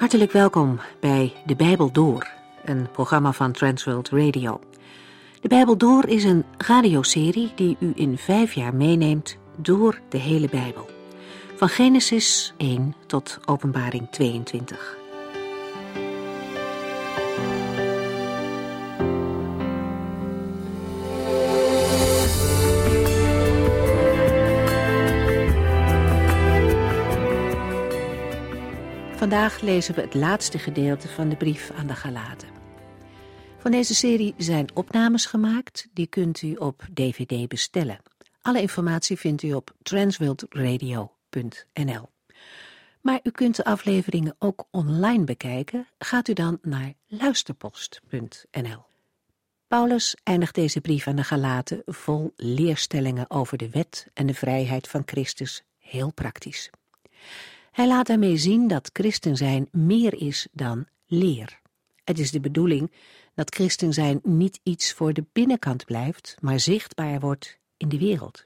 Hartelijk welkom bij De Bijbel Door, een programma van Transworld Radio. De Bijbel Door is een radioserie die u in 5 jaar meeneemt door de hele Bijbel. Van Genesis 1 tot Openbaring 22. Vandaag lezen we het laatste gedeelte van de brief aan de Galaten. Van deze serie zijn opnames gemaakt, die kunt u op DVD bestellen. Alle informatie vindt u op transworldradio.nl. Maar u kunt de afleveringen ook online bekijken, gaat u dan naar luisterpost.nl. Paulus eindigt deze brief aan de Galaten vol leerstellingen over de wet en de vrijheid van Christus, heel praktisch. Hij laat daarmee zien dat christen zijn meer is dan leer. Het is de bedoeling dat christen zijn niet iets voor de binnenkant blijft, maar zichtbaar wordt in de wereld.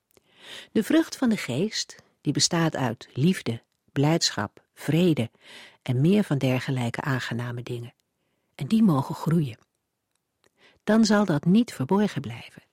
De vrucht van de geest, die bestaat uit liefde, blijdschap, vrede en meer van dergelijke aangename dingen. En die mogen groeien. Dan zal dat niet verborgen blijven.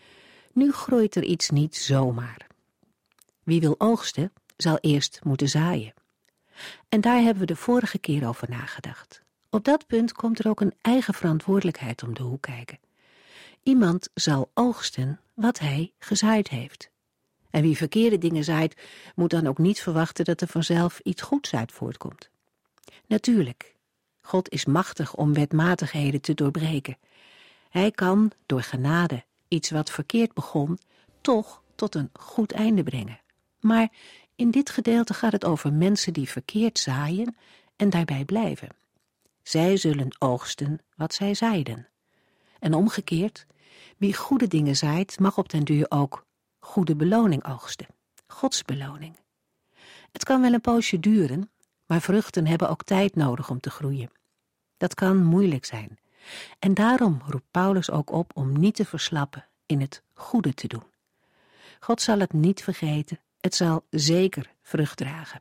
Nu groeit er iets niet zomaar. Wie wil oogsten, zal eerst moeten zaaien. En daar hebben we de vorige keer over nagedacht. Op dat punt komt er ook een eigen verantwoordelijkheid om de hoek kijken. Iemand zal oogsten wat hij gezaaid heeft. En wie verkeerde dingen zaait, moet dan ook niet verwachten dat er vanzelf iets goeds uit voortkomt. Natuurlijk, God is machtig om wetmatigheden te doorbreken. Hij kan door genade iets wat verkeerd begon, toch tot een goed einde brengen. Maar in dit gedeelte gaat het over mensen die verkeerd zaaien en daarbij blijven. Zij zullen oogsten wat zij zaaiden. En omgekeerd, wie goede dingen zaait, mag op den duur ook goede beloning oogsten. Gods beloning. Het kan wel een poosje duren, maar vruchten hebben ook tijd nodig om te groeien. Dat kan moeilijk zijn. En daarom roept Paulus ook op om niet te verslappen in het goede te doen. God zal het niet vergeten. Het zal zeker vrucht dragen.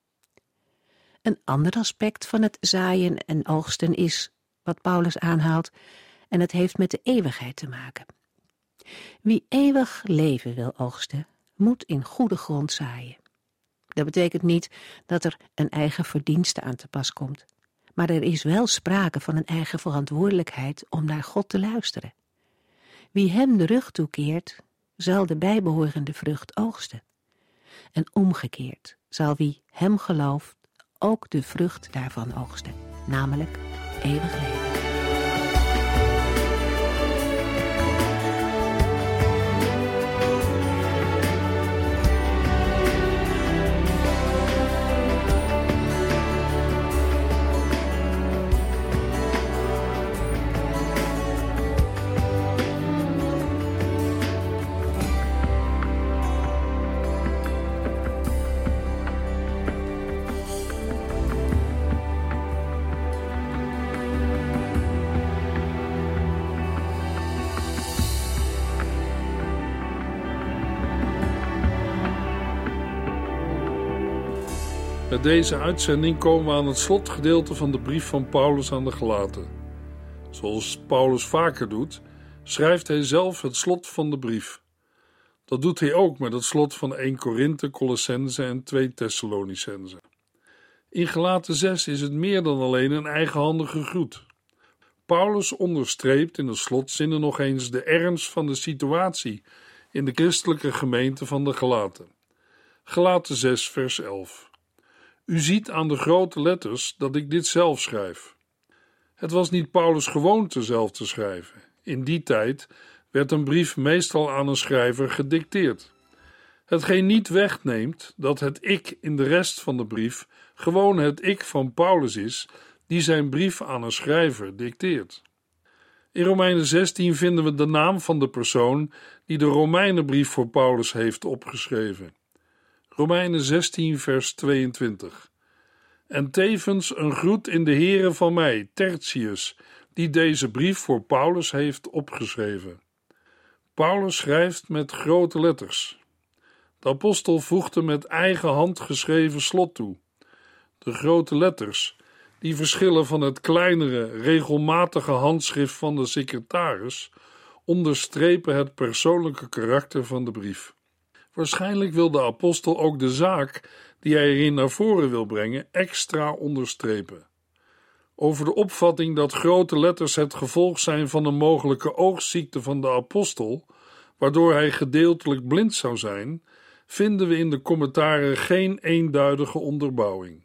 Een ander aspect van het zaaien en oogsten is wat Paulus aanhaalt, en het heeft met de eeuwigheid te maken. Wie eeuwig leven wil oogsten, moet in goede grond zaaien. Dat betekent niet dat er een eigen verdienste aan te pas komt, maar er is wel sprake van een eigen verantwoordelijkheid om naar God te luisteren. Wie hem de rug toekeert, zal de bijbehorende vrucht oogsten. En omgekeerd zal wie hem gelooft ook de vrucht daarvan oogsten, namelijk eeuwig leven. Met deze uitzending komen we aan het slotgedeelte van de brief van Paulus aan de Galaten. Zoals Paulus vaker doet, schrijft hij zelf het slot van de brief. Dat doet hij ook met het slot van 1 Korinthe, Colossenzen en 2 Thessalonicenzen. In Galaten 6 is het meer dan alleen een eigenhandige groet. Paulus onderstreept in de slotzinnen nog eens de ernst van de situatie in de christelijke gemeente van de Galaten. Galaten 6 vers 11. U ziet aan de grote letters dat ik dit zelf schrijf. Het was niet Paulus' gewoonte zelf te schrijven. In die tijd werd een brief meestal aan een schrijver gedicteerd. Hetgeen niet wegneemt dat het ik in de rest van de brief gewoon het ik van Paulus is, die zijn brief aan een schrijver dicteert. In Romeinen 16 vinden we de naam van de persoon die de Romeinenbrief voor Paulus heeft opgeschreven. Romeinen 16 vers 22. En tevens een groet in de Here van mij, Tertius, die deze brief voor Paulus heeft opgeschreven. Paulus schrijft met grote letters. De apostel voegde met eigen hand geschreven slot toe. De grote letters die verschillen van het kleinere, regelmatige handschrift van de secretaris, onderstrepen het persoonlijke karakter van de brief. Waarschijnlijk wil de apostel ook de zaak die hij erin naar voren wil brengen extra onderstrepen. Over de opvatting dat grote letters het gevolg zijn van een mogelijke oogziekte van de apostel, waardoor hij gedeeltelijk blind zou zijn, vinden we in de commentaren geen eenduidige onderbouwing.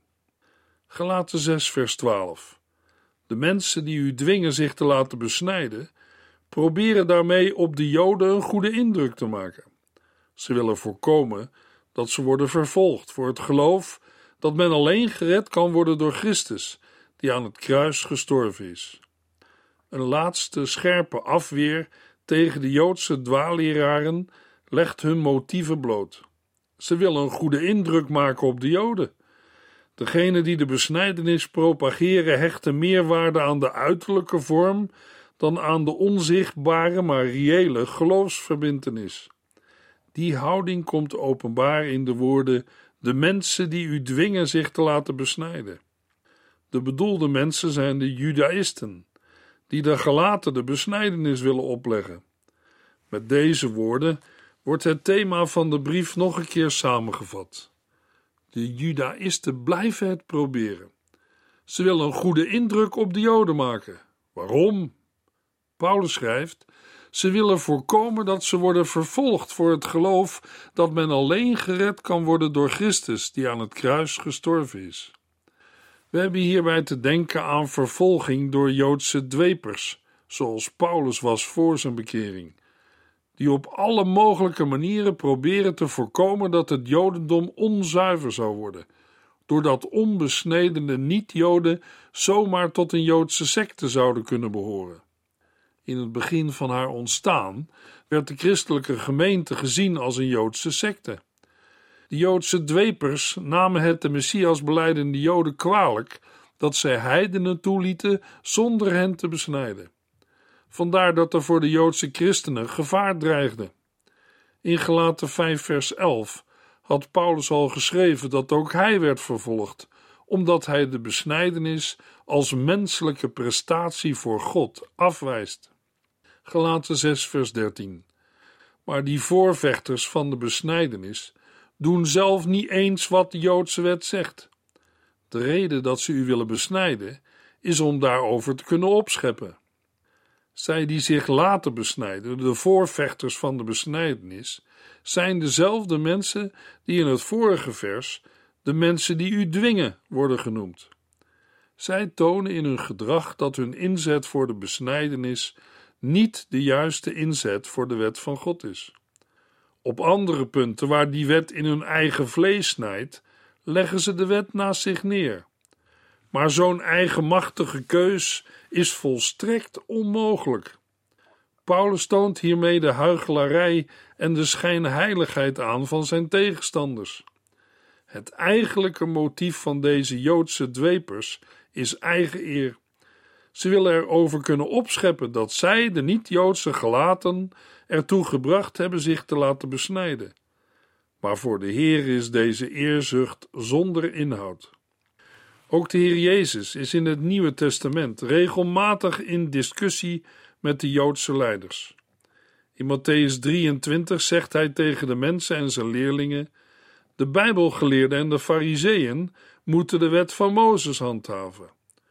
Galaten 6 vers 12. De mensen die u dwingen zich te laten besnijden, proberen daarmee op de Joden een goede indruk te maken. Ze willen voorkomen dat ze worden vervolgd voor het geloof dat men alleen gered kan worden door Christus, die aan het kruis gestorven is. Een laatste scherpe afweer tegen de Joodse dwaalleraren legt hun motieven bloot. Ze willen een goede indruk maken op de Joden. Degenen die de besnijdenis propageren hechten meer waarde aan de uiterlijke vorm dan aan de onzichtbare maar reële geloofsverbintenis. Die houding komt openbaar in de woorden: de mensen die u dwingen zich te laten besnijden. De bedoelde mensen zijn de Judaïsten, die de Galaten de besnijdenis willen opleggen. Met deze woorden wordt het thema van de brief nog een keer samengevat. De Judaïsten blijven het proberen. Ze willen een goede indruk op de Joden maken. Waarom? Paulus schrijft: ze willen voorkomen dat ze worden vervolgd voor het geloof dat men alleen gered kan worden door Christus, die aan het kruis gestorven is. We hebben hierbij te denken aan vervolging door Joodse dwepers, zoals Paulus was voor zijn bekering, die op alle mogelijke manieren proberen te voorkomen dat het Jodendom onzuiver zou worden, doordat onbesnedene niet-Joden zomaar tot een Joodse secte zouden kunnen behoren. In het begin van haar ontstaan werd de christelijke gemeente gezien als een Joodse secte. De Joodse dwepers namen het de Messias belijdende Joden kwalijk dat zij heidenen toelieten zonder hen te besnijden. Vandaar dat er voor de Joodse christenen gevaar dreigde. In Galaten 5 vers 11 had Paulus al geschreven dat ook hij werd vervolgd, omdat hij de besnijdenis als menselijke prestatie voor God afwijst. Galaten 6 vers 13. Maar die voorvechters van de besnijdenis doen zelf niet eens wat de Joodse wet zegt. De reden dat ze u willen besnijden is om daarover te kunnen opscheppen. Zij die zich laten besnijden, de voorvechters van de besnijdenis, zijn dezelfde mensen die in het vorige vers de mensen die u dwingen worden genoemd. Zij tonen in hun gedrag dat hun inzet voor de besnijdenis niet de juiste inzet voor de wet van God is. Op andere punten waar die wet in hun eigen vlees snijdt, leggen ze de wet naast zich neer. Maar zo'n eigenmachtige keus is volstrekt onmogelijk. Paulus toont hiermee de huichelarij en de schijnheiligheid aan van zijn tegenstanders. Het eigenlijke motief van deze Joodse dwepers is eigen eer. Ze willen erover kunnen opscheppen dat zij, de niet-Joodse Galaten, ertoe gebracht hebben zich te laten besnijden. Maar voor de Heer is deze eerzucht zonder inhoud. Ook de Heer Jezus is in het Nieuwe Testament regelmatig in discussie met de Joodse leiders. In Mattheüs 23 zegt hij tegen de mensen en zijn leerlingen: de Bijbelgeleerden en de Farizeeën moeten de wet van Mozes handhaven.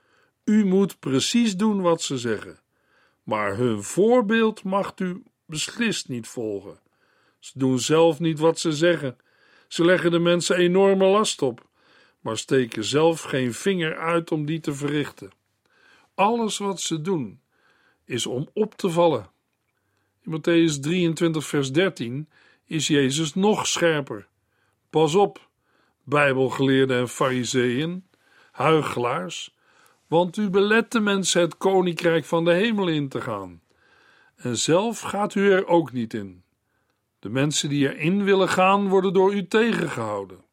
U moet precies doen wat ze zeggen, maar hun voorbeeld mag u beslist niet volgen. Ze doen zelf niet wat ze zeggen. Ze leggen de mensen enorme last op, maar steken zelf geen vinger uit om die te verrichten. Alles wat ze doen is om op te vallen. In Mattheüs 23 vers 13 is Jezus nog scherper. Pas op, Bijbelgeleerden en Farizeeën, huichelaars, want u belet de mensen het koninkrijk van de hemel in te gaan. En zelf gaat u er ook niet in. De mensen die erin willen gaan, worden door u tegengehouden.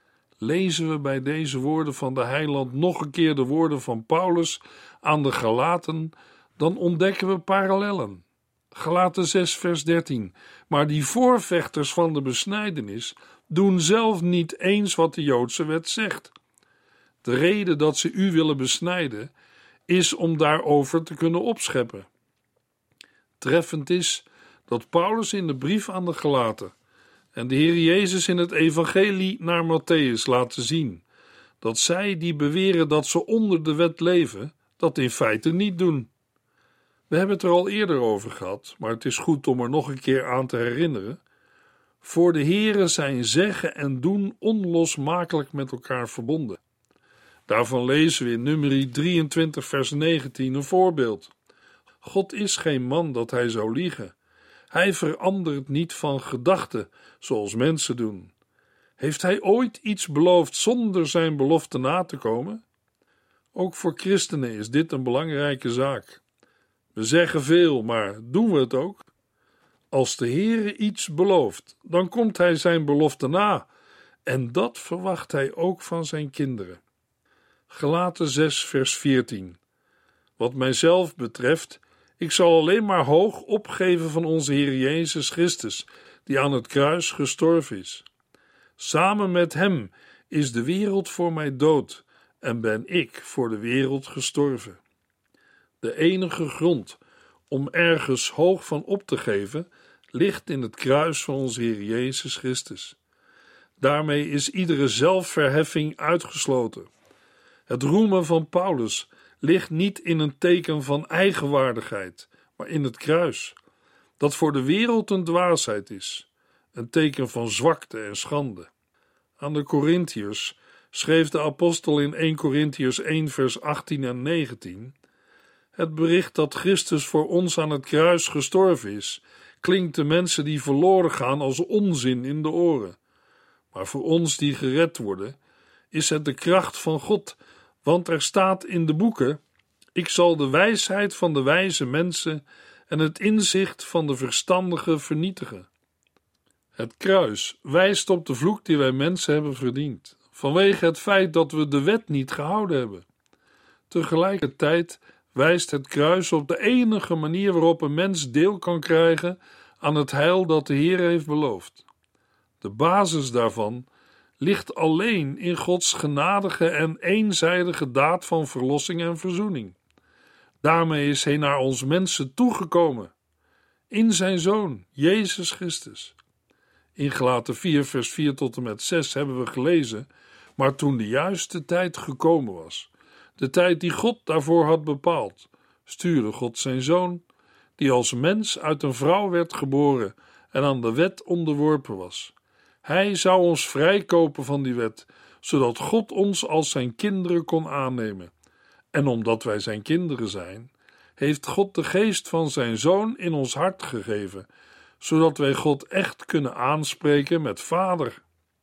Lezen we bij deze woorden van de Heiland nog een keer de woorden van Paulus aan de Galaten, dan ontdekken we parallellen. Galaten 6 vers 13. Maar die voorvechters van de besnijdenis doen zelf niet eens wat de Joodse wet zegt. De reden dat ze u willen besnijden, is om daarover te kunnen opscheppen. Treffend is dat Paulus in de brief aan de Galaten en de Heer Jezus in het evangelie naar Mattheüs laten zien dat zij die beweren dat ze onder de wet leven, dat in feite niet doen. We hebben het er al eerder over gehad, maar het is goed om er nog een keer aan te herinneren. Voor de Heere zijn zeggen en doen onlosmakelijk met elkaar verbonden. Daarvan lezen we in Numeri 23 vers 19 een voorbeeld. God is geen man dat hij zou liegen. Hij verandert niet van gedachten, zoals mensen doen. Heeft hij ooit iets beloofd zonder zijn belofte na te komen? Ook voor christenen is dit een belangrijke zaak. We zeggen veel, maar doen we het ook? Als de Heere iets belooft, dan komt hij zijn belofte na. En dat verwacht hij ook van zijn kinderen. Galaten 6 vers 14. Wat mijzelf betreft, ik zal alleen maar hoog opgeven van onze Heer Jezus Christus, die aan het kruis gestorven is. Samen met hem is de wereld voor mij dood en ben ik voor de wereld gestorven. De enige grond om ergens hoog van op te geven, ligt in het kruis van onze Heer Jezus Christus. Daarmee is iedere zelfverheffing uitgesloten. Het roemen van Paulus ligt niet in een teken van eigenwaardigheid, maar in het kruis, dat voor de wereld een dwaasheid is, een teken van zwakte en schande. Aan de Korintiërs schreef de apostel in 1 Korintiërs 1 vers 18 en 19: Het bericht dat Christus voor ons aan het kruis gestorven is, klinkt de mensen die verloren gaan als onzin in de oren. Maar voor ons die gered worden, is het de kracht van God, want er staat in de boeken: Ik zal de wijsheid van de wijze mensen en het inzicht van de verstandigen vernietigen. Het kruis wijst op de vloek die wij mensen hebben verdiend, vanwege het feit dat we de wet niet gehouden hebben. Tegelijkertijd wijst het kruis op de enige manier waarop een mens deel kan krijgen aan het heil dat de Heer heeft beloofd. De basis daarvan ligt alleen in Gods genadige en eenzijdige daad van verlossing en verzoening. Daarmee is hij naar ons mensen toegekomen, in zijn Zoon, Jezus Christus. In Galaten 4 vers 4 tot en met 6 hebben we gelezen: Maar toen de juiste tijd gekomen was, de tijd die God daarvoor had bepaald, stuurde God zijn Zoon, die als mens uit een vrouw werd geboren en aan de wet onderworpen was. Hij zou ons vrijkopen van die wet, zodat God ons als zijn kinderen kon aannemen. En omdat wij zijn kinderen zijn, heeft God de geest van zijn Zoon in ons hart gegeven, zodat wij God echt kunnen aanspreken met Vader.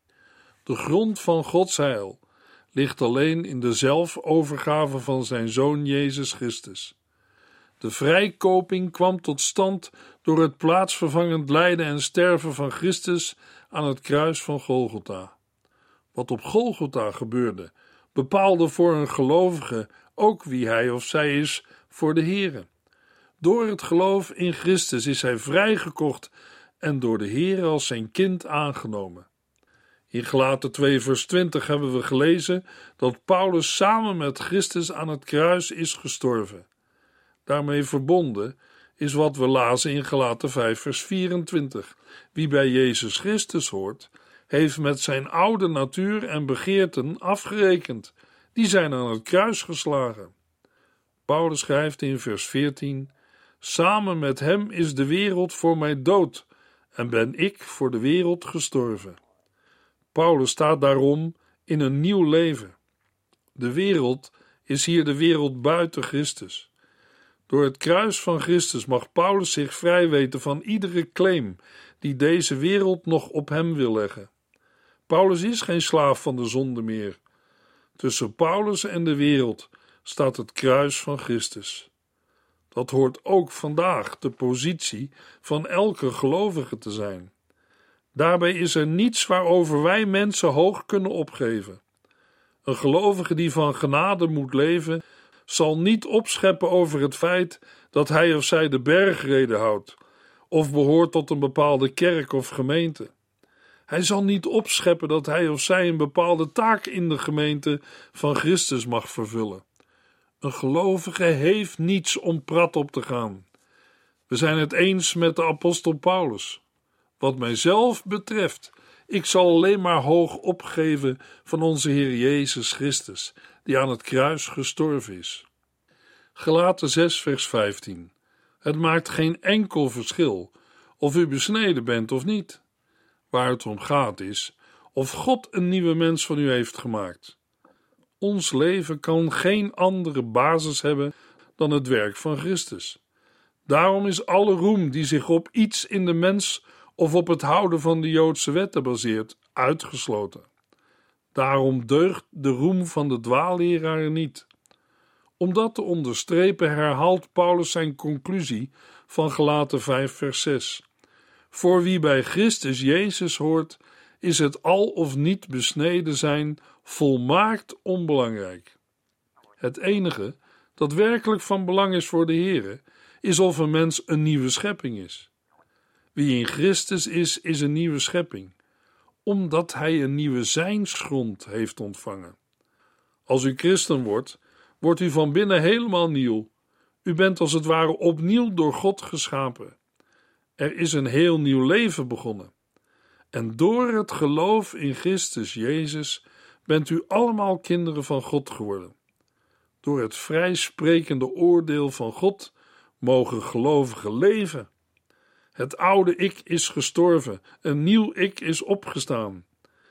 De grond van Gods heil ligt alleen in de zelfovergave van zijn Zoon Jezus Christus. De vrijkoping kwam tot stand door het plaatsvervangend lijden en sterven van Christus aan het kruis van Golgotha. Wat op Golgotha gebeurde, bepaalde voor een gelovige ook wie hij of zij is voor de Heere. Door het geloof in Christus is hij vrijgekocht en door de Heere als zijn kind aangenomen. In Galaten 2 vers 20 hebben we gelezen dat Paulus samen met Christus aan het kruis is gestorven. Daarmee verbonden is wat we lazen in Galaten 5 vers 24. Wie bij Jezus Christus hoort, heeft met zijn oude natuur en begeerten afgerekend. Die zijn aan het kruis geslagen. Paulus schrijft in vers 14: Samen met hem is de wereld voor mij dood en ben ik voor de wereld gestorven. Paulus staat daarom in een nieuw leven. De wereld is hier de wereld buiten Christus. Door het kruis van Christus mag Paulus zich vrij weten van iedere claim die deze wereld nog op hem wil leggen. Paulus is geen slaaf van de zonde meer. Tussen Paulus en de wereld staat het kruis van Christus. Dat hoort ook vandaag de positie van elke gelovige te zijn. Daarbij is er niets waarover wij mensen hoog kunnen opgeven. Een gelovige die van genade moet leven, zal niet opscheppen over het feit dat hij of zij de bergreden houdt of behoort tot een bepaalde kerk of gemeente. Hij zal niet opscheppen dat hij of zij een bepaalde taak in de gemeente van Christus mag vervullen. Een gelovige heeft niets om prat op te gaan. We zijn het eens met de apostel Paulus. Wat mijzelf betreft, ik zal alleen maar hoog opgeven van onze Heer Jezus Christus, die aan het kruis gestorven is. Galaten 6 vers 15. Het maakt geen enkel verschil of u besneden bent of niet. Waar het om gaat is of God een nieuwe mens van u heeft gemaakt. Ons leven kan geen andere basis hebben dan het werk van Christus. Daarom is alle roem die zich op iets in de mens of op het houden van de Joodse wetten baseert, uitgesloten. Daarom deugt de roem van de dwaalleraren niet. Om dat te onderstrepen herhaalt Paulus zijn conclusie van Galaten 5 vers 6. Voor wie bij Christus Jezus hoort, is het al of niet besneden zijn volmaakt onbelangrijk. Het enige dat werkelijk van belang is voor de Here, is of een mens een nieuwe schepping is. Wie in Christus is een nieuwe schepping, omdat hij een nieuwe zijnsgrond heeft ontvangen. Als u christen wordt, wordt u van binnen helemaal nieuw. U bent als het ware opnieuw door God geschapen. Er is een heel nieuw leven begonnen. En door het geloof in Christus Jezus bent u allemaal kinderen van God geworden. Door het vrijsprekende oordeel van God mogen gelovigen leven. Het oude ik is gestorven, een nieuw ik is opgestaan.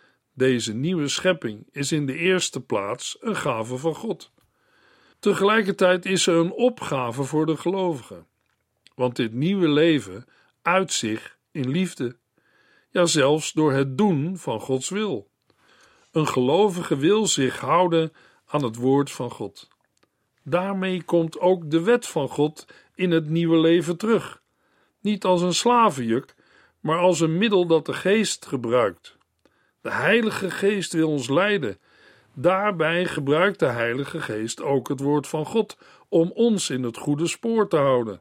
Deze nieuwe schepping is in de eerste plaats een gave van God. Tegelijkertijd is ze een opgave voor de gelovigen. Want dit nieuwe leven uit zich in liefde. Ja, zelfs door het doen van Gods wil. Een gelovige wil zich houden aan het woord van God. Daarmee komt ook de wet van God in het nieuwe leven terug. Niet als een slavenjuk, maar als een middel dat de Geest gebruikt. De Heilige Geest wil ons leiden. Daarbij gebruikt de Heilige Geest ook het woord van God om ons in het goede spoor te houden.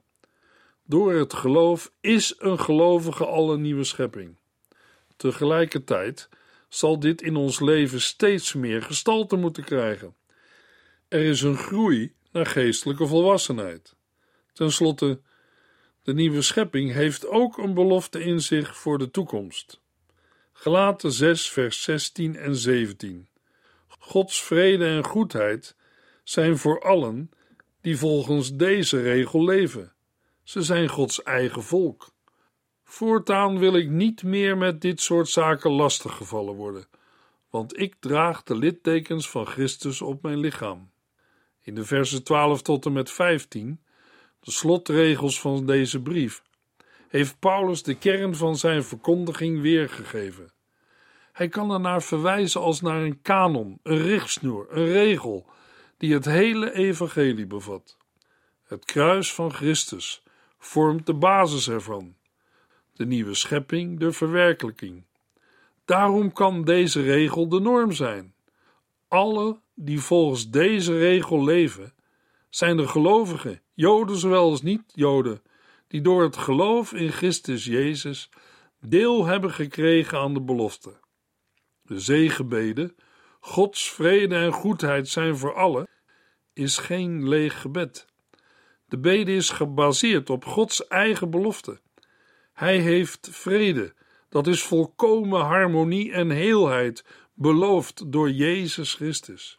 Door het geloof is een gelovige al een nieuwe schepping. Tegelijkertijd zal dit in ons leven steeds meer gestalte moeten krijgen. Er is een groei naar geestelijke volwassenheid. Ten slotte, de nieuwe schepping heeft ook een belofte in zich voor de toekomst. Galaten 6 vers 16 en 17. Gods vrede en goedheid zijn voor allen die volgens deze regel leven. Ze zijn Gods eigen volk. Voortaan wil ik niet meer met dit soort zaken lastiggevallen worden, want ik draag de littekens van Christus op mijn lichaam. In de versen 12 tot en met 15, de slotregels van deze brief, heeft Paulus de kern van zijn verkondiging weergegeven. Hij kan ernaar verwijzen als naar een kanon, een richtsnoer, een regel, die het hele evangelie bevat. Het kruis van Christus vormt de basis ervan. De nieuwe schepping de verwerkelijking. Daarom kan deze regel de norm zijn. Alle die volgens deze regel leven, zijn de gelovigen, Joden zowel als niet-Joden, die door het geloof in Christus Jezus deel hebben gekregen aan de belofte. De zegenbede, Gods vrede en goedheid zijn voor allen, is geen leeg gebed. De bede is gebaseerd op Gods eigen belofte. Hij heeft vrede, dat is volkomen harmonie en heelheid, beloofd door Jezus Christus.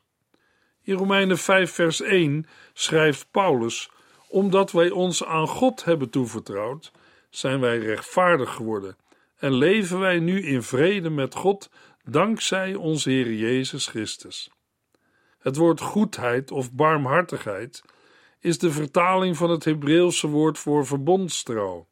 In Romeinen 5 vers 1 schrijft Paulus: omdat wij ons aan God hebben toevertrouwd, zijn wij rechtvaardig geworden en leven wij nu in vrede met God dankzij onze Heer Jezus Christus. Het woord goedheid of barmhartigheid is de vertaling van het Hebreeuwse woord voor verbondstrouw.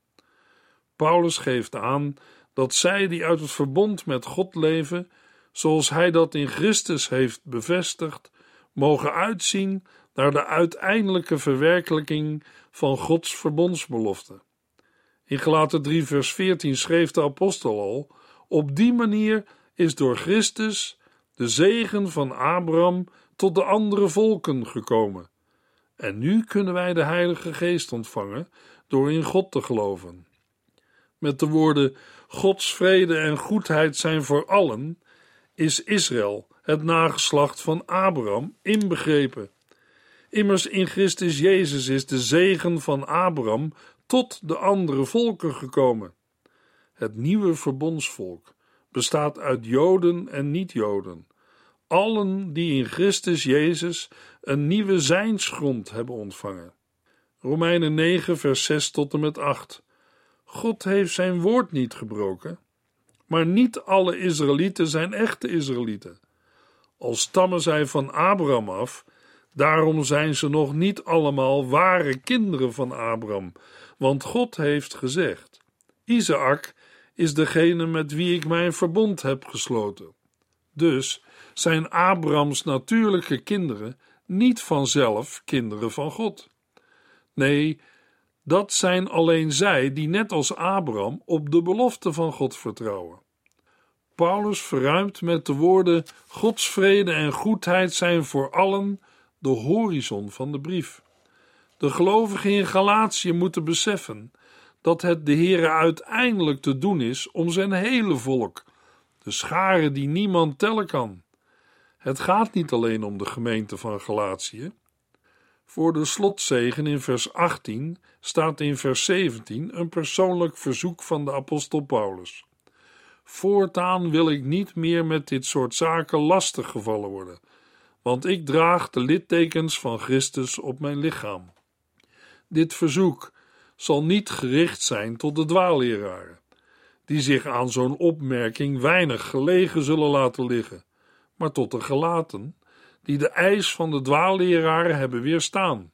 Paulus geeft aan dat zij die uit het verbond met God leven, zoals hij dat in Christus heeft bevestigd, mogen uitzien naar de uiteindelijke verwerkelijking van Gods verbondsbelofte. In Galaten 3 vers 14 schreef de apostel al: op die manier is door Christus de zegen van Abraham tot de andere volken gekomen. En nu kunnen wij de Heilige Geest ontvangen door in God te geloven. Met de woorden Gods vrede en goedheid zijn voor allen, is Israël, het nageslacht van Abraham, inbegrepen. Immers in Christus Jezus is de zegen van Abraham tot de andere volken gekomen. Het nieuwe verbondsvolk bestaat uit Joden en niet-Joden, allen die in Christus Jezus een nieuwe zijnsgrond hebben ontvangen. Romeinen 9 vers 6 tot en met 8. God heeft zijn woord niet gebroken, maar niet alle Israëlieten zijn echte Israëlieten. Al stammen zij van Abraham af, daarom zijn ze nog niet allemaal ware kinderen van Abraham, want God heeft gezegd: Isaak is degene met wie ik mijn verbond heb gesloten. Dus zijn Abrahams natuurlijke kinderen niet vanzelf kinderen van God. Nee, dat zijn alleen zij die net als Abraham op de belofte van God vertrouwen. Paulus verruimt met de woorden Gods vrede en goedheid zijn voor allen de horizon van de brief. De gelovigen in Galatië moeten beseffen dat het de Heere uiteindelijk te doen is om zijn hele volk, de schare die niemand tellen kan. Het gaat niet alleen om de gemeente van Galatië. Voor de slotzegen in vers 18 staat in vers 17 een persoonlijk verzoek van de apostel Paulus. Voortaan wil ik niet meer met dit soort zaken lastig gevallen worden, want ik draag de littekens van Christus op mijn lichaam. Dit verzoek zal niet gericht zijn tot de dwaalleraren, die zich aan zo'n opmerking weinig gelegen zullen laten liggen, maar tot de gelaten, die de eis van de dwaalleraren hebben weerstaan.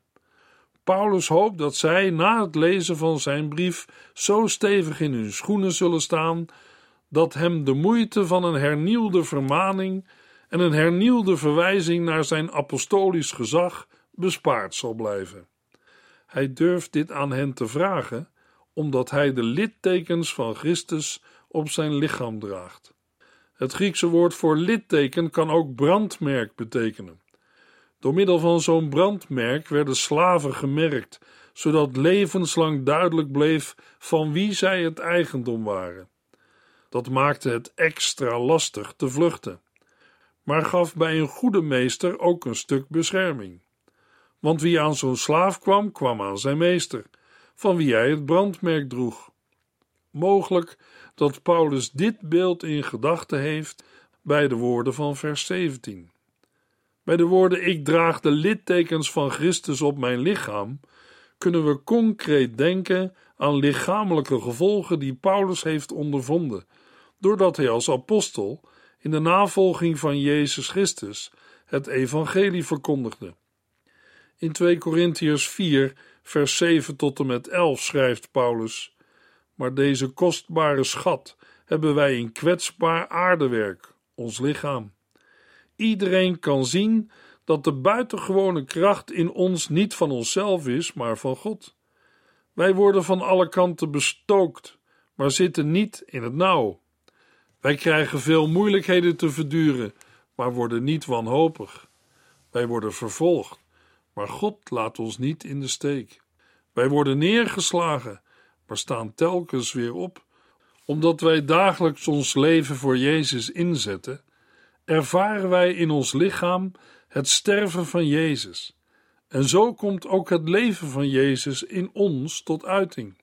Paulus hoopt dat zij na het lezen van zijn brief zo stevig in hun schoenen zullen staan, dat hem de moeite van een hernieuwde vermaning en een hernieuwde verwijzing naar zijn apostolisch gezag bespaard zal blijven. Hij durft dit aan hen te vragen, omdat hij de littekens van Christus op zijn lichaam draagt. Het Griekse woord voor litteken kan ook brandmerk betekenen. Door middel van zo'n brandmerk werden slaven gemerkt, zodat levenslang duidelijk bleef van wie zij het eigendom waren. Dat maakte het extra lastig te vluchten, maar gaf bij een goede meester ook een stuk bescherming. Want wie aan zo'n slaaf kwam, kwam aan zijn meester, van wie hij het brandmerk droeg. Mogelijk dat Paulus dit beeld in gedachten heeft bij de woorden van vers 17. Bij de woorden ik draag de littekens van Christus op mijn lichaam, kunnen we concreet denken aan lichamelijke gevolgen die Paulus heeft ondervonden, doordat hij als apostel in de navolging van Jezus Christus het evangelie verkondigde. In 2 Korintiërs 4 vers 7 tot en met 11 schrijft Paulus: maar deze kostbare schat hebben wij in kwetsbaar aardewerk, ons lichaam. Iedereen kan zien dat de buitengewone kracht in ons niet van onszelf is, maar van God. Wij worden van alle kanten bestookt, maar zitten niet in het nauw. Wij krijgen veel moeilijkheden te verduren, maar worden niet wanhopig. Wij worden vervolgd, maar God laat ons niet in de steek. Wij worden neergeslagen, maar staan telkens weer op. Omdat wij dagelijks ons leven voor Jezus inzetten, ervaren wij in ons lichaam het sterven van Jezus. En zo komt ook het leven van Jezus in ons tot uiting.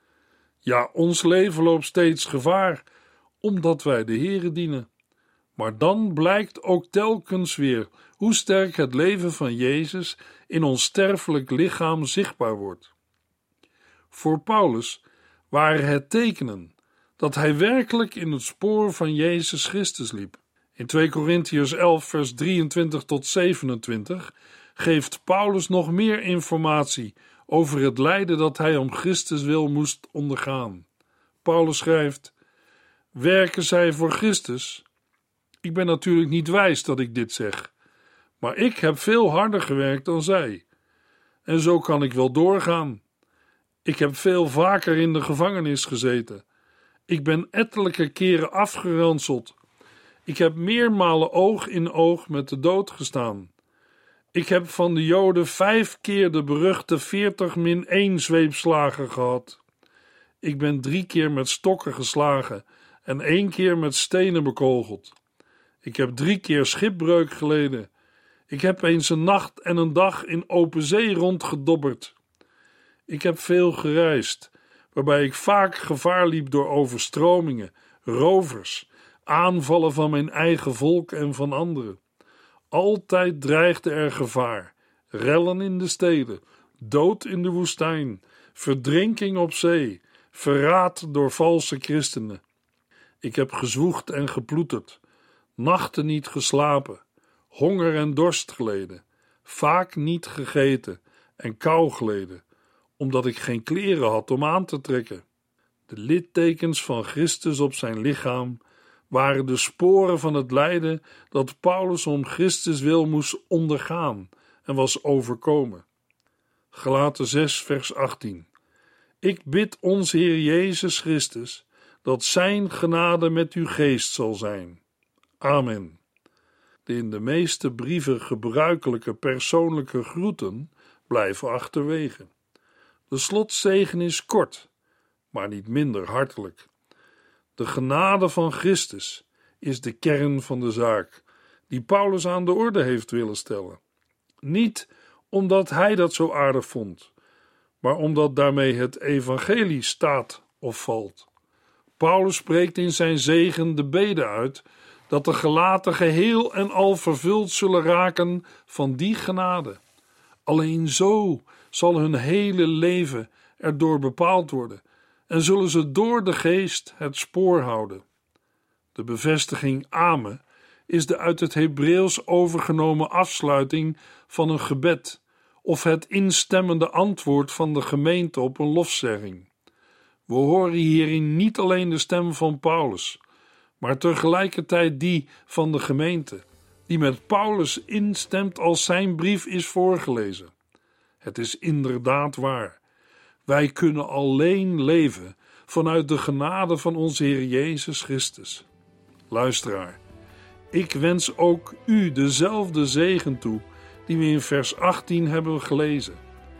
Ja, ons leven loopt steeds gevaar, omdat wij de Here dienen. Maar dan blijkt ook telkens weer hoe sterk het leven van Jezus in ons sterfelijk lichaam zichtbaar wordt. Voor Paulus waren het tekenen dat hij werkelijk in het spoor van Jezus Christus liep. In 2 Korintiërs 11 vers 23 tot 27 geeft Paulus nog meer informatie over het lijden dat hij om Christus wil moest ondergaan. Paulus schrijft: werken zij voor Christus? Ik ben natuurlijk niet wijs dat ik dit zeg, maar ik heb veel harder gewerkt dan zij. En zo kan ik wel doorgaan. Ik heb veel vaker in de gevangenis gezeten. Ik ben ettelijke keren afgeranseld. Ik heb meermalen oog in oog met de dood gestaan. Ik heb van de Joden 5 keer de beruchte 40-1 zweepslagen gehad. Ik ben 3 keer met stokken geslagen en 1 keer met stenen bekogeld. Ik heb 3 keer schipbreuk geleden. Ik heb eens een nacht en een dag in open zee rondgedobberd. Ik heb veel gereisd, waarbij ik vaak gevaar liep door overstromingen, rovers, aanvallen van mijn eigen volk en van anderen. Altijd dreigde er gevaar, rellen in de steden, dood in de woestijn, verdrinking op zee, verraad door valse christenen. Ik heb gezwoegd en geploeterd, nachten niet geslapen, honger en dorst geleden, vaak niet gegeten en kou geleden, omdat ik geen kleren had om aan te trekken. De littekens van Christus op zijn lichaam waren de sporen van het lijden dat Paulus om Christus wil moest ondergaan en was overkomen. Galaten 6 vers 18. Ik bid onze Heer Jezus Christus dat zijn genade met uw geest zal zijn. Amen. De in de meeste brieven gebruikelijke persoonlijke groeten blijven achterwege. De slotzegen is kort, maar niet minder hartelijk. De genade van Christus is de kern van de zaak, die Paulus aan de orde heeft willen stellen. Niet omdat hij dat zo aardig vond, maar omdat daarmee het evangelie staat of valt. Paulus spreekt in zijn zegen de bede uit dat de gelaten geheel en al vervuld zullen raken van die genade. Alleen zo zal hun hele leven erdoor bepaald worden en zullen ze door de geest het spoor houden. De bevestiging Amen is de uit het Hebreeuws overgenomen afsluiting van een gebed of het instemmende antwoord van de gemeente op een lofzegging. We horen hierin niet alleen de stem van Paulus, maar tegelijkertijd die van de gemeente, die met Paulus instemt als zijn brief is voorgelezen. Het is inderdaad waar. Wij kunnen alleen leven vanuit de genade van onze Heer Jezus Christus. Luisteraar, ik wens ook u dezelfde zegen toe die we in vers 18 hebben gelezen.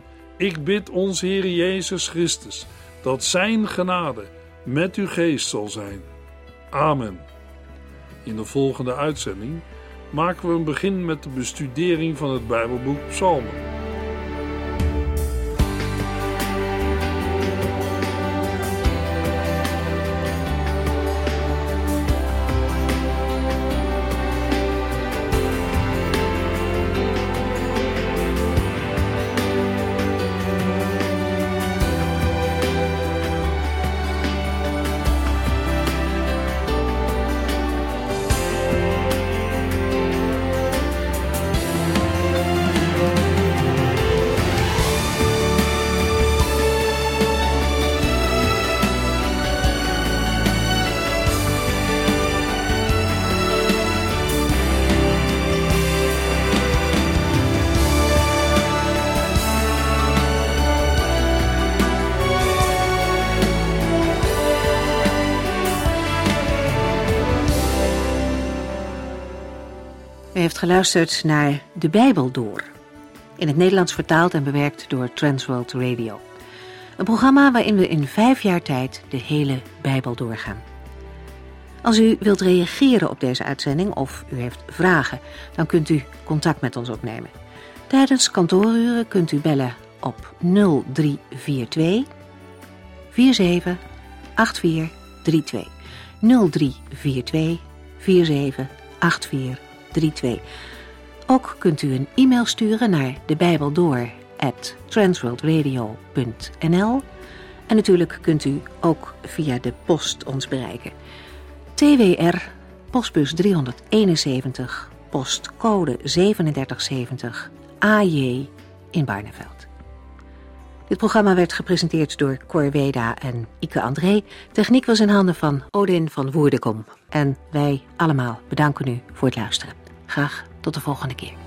Ik bid onze Heer Jezus Christus dat zijn genade met uw geest zal zijn. Amen. In de volgende uitzending maken we een begin met de bestudering van het Bijbelboek Psalmen. U heeft geluisterd naar De Bijbel Door, in het Nederlands vertaald en bewerkt door Transworld Radio. Een programma waarin we in 5 jaar tijd de hele Bijbel doorgaan. Als u wilt reageren op deze uitzending of u heeft vragen, dan kunt u contact met ons opnemen. Tijdens kantooruren kunt u bellen op 0342 47 8432. 0342 47 8432. Ook kunt u een e-mail sturen naar debijbeldoor@transworldradio.nl en natuurlijk kunt u ook via de post ons bereiken. TWR, postbus 371, postcode 3770, AJ in Barneveld. Dit programma werd gepresenteerd door Cor Weda en Ike André. Techniek was in handen van Odin van Woerdekom. En wij allemaal bedanken u voor het luisteren. Graag tot de volgende keer.